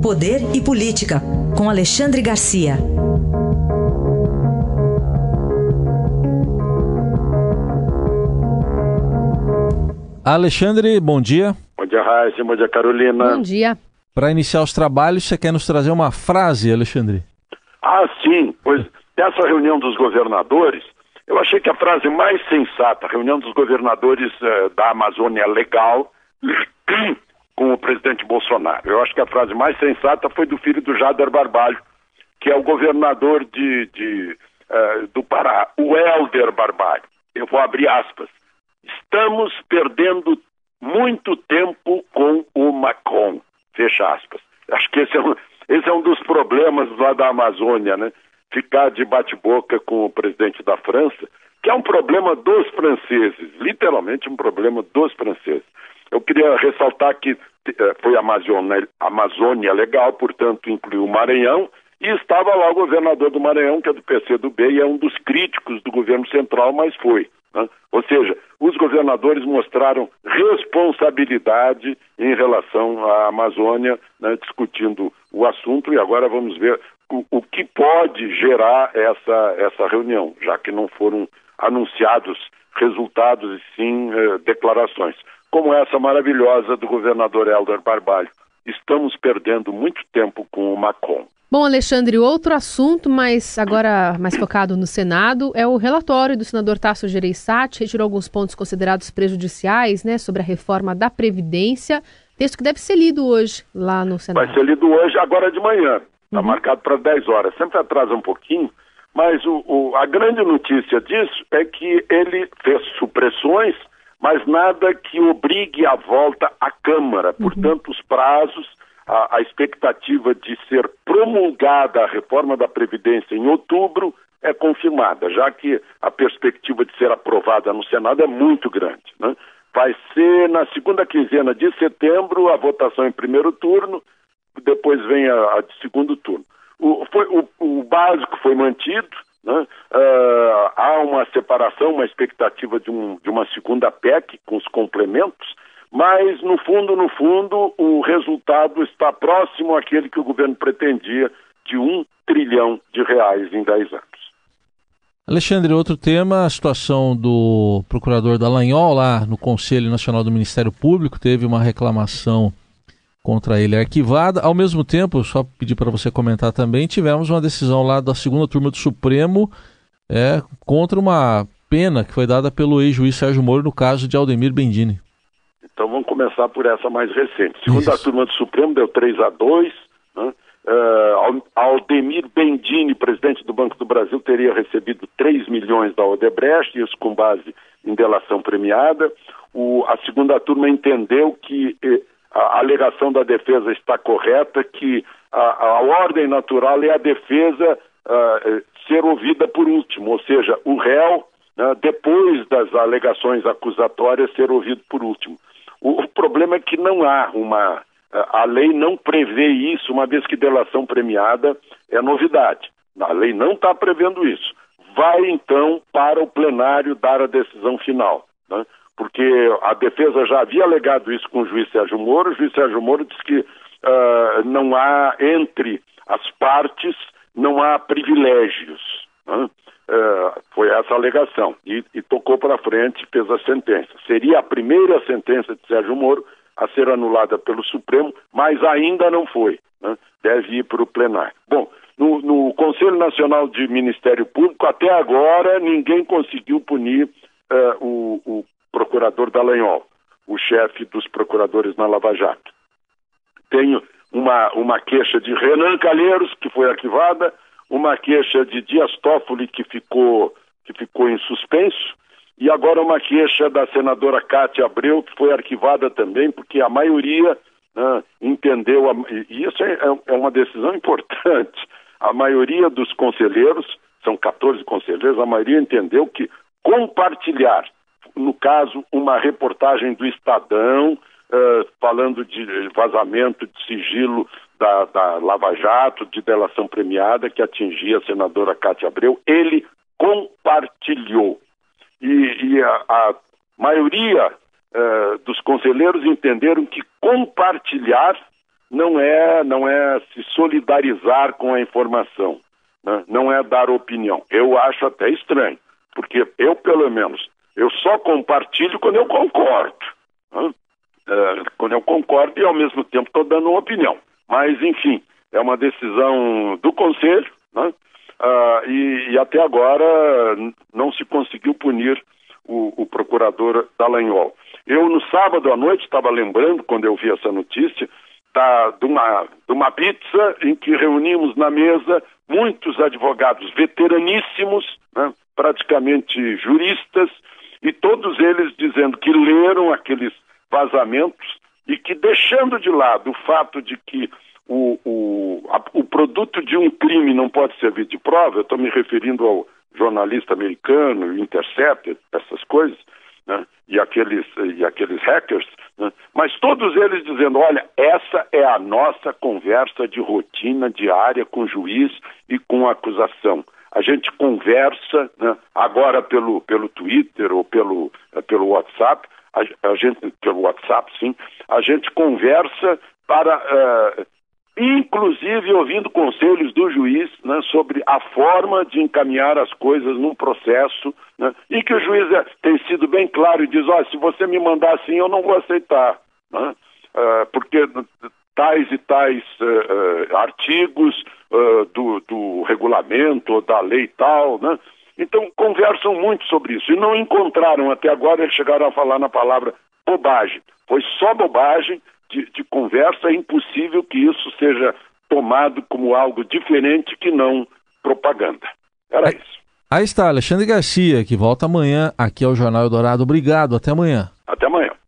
Poder e Política, com Alexandre Garcia. Alexandre, bom dia. Bom dia, Raíssa. Bom dia, Carolina. Bom dia. Para iniciar os trabalhos, você quer nos trazer uma frase, Alexandre? Sim, pois nessa reunião dos governadores, eu achei que a frase mais sensata, a reunião dos governadores da Amazônia Legal com o presidente Bolsonaro. Eu acho que a frase mais sensata foi do filho do Jader Barbalho, que é o governador do Pará, o Helder Barbalho. Eu vou abrir aspas. Estamos perdendo muito tempo com o Macron. Fecha aspas. Acho que esse é um dos problemas lá da Amazônia, né? Ficar de bate-boca com o presidente da França, que é um problema dos franceses, literalmente um problema dos franceses. Eu queria ressaltar que foi a Amazônia Legal, portanto incluiu o Maranhão, e estava lá o governador do Maranhão, que é do PCdoB e é um dos críticos do governo central, mas foi. Né? Ou seja, os governadores mostraram responsabilidade em relação à Amazônia, né, discutindo o assunto, e agora vamos ver o que pode gerar essa reunião, já que não foram anunciados resultados e sim declarações, como essa maravilhosa do governador Helder Barbalho. Estamos perdendo muito tempo com o Macron. Bom, Alexandre, outro assunto, mas agora mais focado no Senado, é o relatório do senador Tasso Gereissati, retirou alguns pontos considerados prejudiciais, né, sobre a reforma da Previdência, texto que deve ser lido hoje lá no Senado. Vai ser lido hoje, agora de manhã, está marcado para 10 horas, sempre atrasa um pouquinho, mas a grande notícia disso é que ele fez supressões, mas nada que obrigue a volta à Câmara, portanto os prazos, a expectativa de ser promulgada a reforma da Previdência em outubro é confirmada, já que a perspectiva de ser aprovada no Senado é muito grande, né? Vai ser na segunda quinzena de setembro a votação em primeiro turno, depois vem a de segundo turno. O básico foi mantido, né? Há uma separação, uma expectativa de uma segunda PEC com os complementos, mas no fundo, o resultado está próximo àquele que o governo pretendia, de R$1 trilhão em 10 anos. Alexandre, outro tema, a situação do procurador Dallagnol lá no Conselho Nacional do Ministério Público, teve uma reclamação contra ele arquivada. Ao mesmo tempo, só pedir para você comentar também, tivemos uma decisão lá da segunda turma do Supremo contra uma pena que foi dada pelo ex-juiz Sérgio Moro no caso de Aldemir Bendini. Então vamos começar por essa mais recente. Segunda turma do Supremo deu 3-2, né? Aldemir Bendini, presidente do Banco do Brasil, teria recebido 3 milhões da Odebrecht, isso com base em delação premiada. A segunda turma entendeu que a alegação da defesa está correta, que a ordem natural é a defesa ser ouvida por último, ou seja, o réu, né, depois das alegações acusatórias, ser ouvido por último. O problema é que não há a lei não prevê isso, uma vez que delação premiada é novidade. A lei não está prevendo isso. Vai, então, para o plenário dar a decisão final, né? Porque a defesa já havia alegado isso com o juiz Sérgio Moro. O juiz Sérgio Moro disse que não há, entre as partes, não há privilégios, né? Foi essa a alegação e tocou para frente, fez a sentença. Seria a primeira sentença de Sérgio Moro a ser anulada pelo Supremo, mas ainda não foi, né? Deve ir para o plenário. Bom, no Conselho Nacional de Ministério Público, até agora, ninguém conseguiu punir o procurador Dallagnol, o chefe dos procuradores na Lava Jato. Tenho uma queixa de Renan Calheiros, que foi arquivada, uma queixa de Dias Toffoli, que ficou em suspenso, e agora uma queixa da senadora Cátia Abreu, que foi arquivada também, porque a maioria entendeu, e isso é uma decisão importante, a maioria dos conselheiros, são 14 conselheiros, a maioria entendeu que compartilhar, no caso, uma reportagem do Estadão, falando de vazamento de sigilo da Lava Jato, de delação premiada, que atingia a senadora Cátia Abreu, ele compartilhou. E a maioria dos conselheiros entenderam que compartilhar não é se solidarizar com a informação, né? Não é dar opinião. Eu acho até estranho, porque eu, pelo menos, eu só compartilho quando eu concordo, né? Quando eu concordo e ao mesmo tempo estou dando uma opinião. Mas, enfim, é uma decisão do Conselho, né? E até agora não se conseguiu punir o procurador Dallagnol. Eu, no sábado à noite, estava lembrando, quando eu vi essa notícia, de uma pizza em que reunimos na mesa muitos advogados veteraníssimos, né, praticamente juristas, e todos eles dizendo que leram aqueles vazamentos e que, deixando de lado o fato de que o produto de um crime não pode servir de prova, eu estou me referindo ao jornalista americano, o Intercept, essas coisas, né, e aqueles hackers, né, mas todos eles dizendo, olha, essa é a nossa conversa de rotina diária com o juiz e com a acusação. A gente conversa, né, agora pelo Twitter ou pelo WhatsApp, pelo WhatsApp, sim, a gente conversa para, inclusive ouvindo conselhos do juiz, né, sobre a forma de encaminhar as coisas num processo, né, e que o juiz tem sido bem claro e diz, olha, se você me mandar assim, eu não vou aceitar, né, porque tais e tais artigos do regulamento ou da lei tal, né? Então conversam muito sobre isso e não encontraram até agora, eles chegaram a falar na palavra bobagem. Foi só bobagem de conversa, é impossível que isso seja tomado como algo diferente que não propaganda. Era isso. Aí está, Alexandre Garcia, que volta amanhã aqui ao Jornal Eldorado. Obrigado, até amanhã. Até amanhã.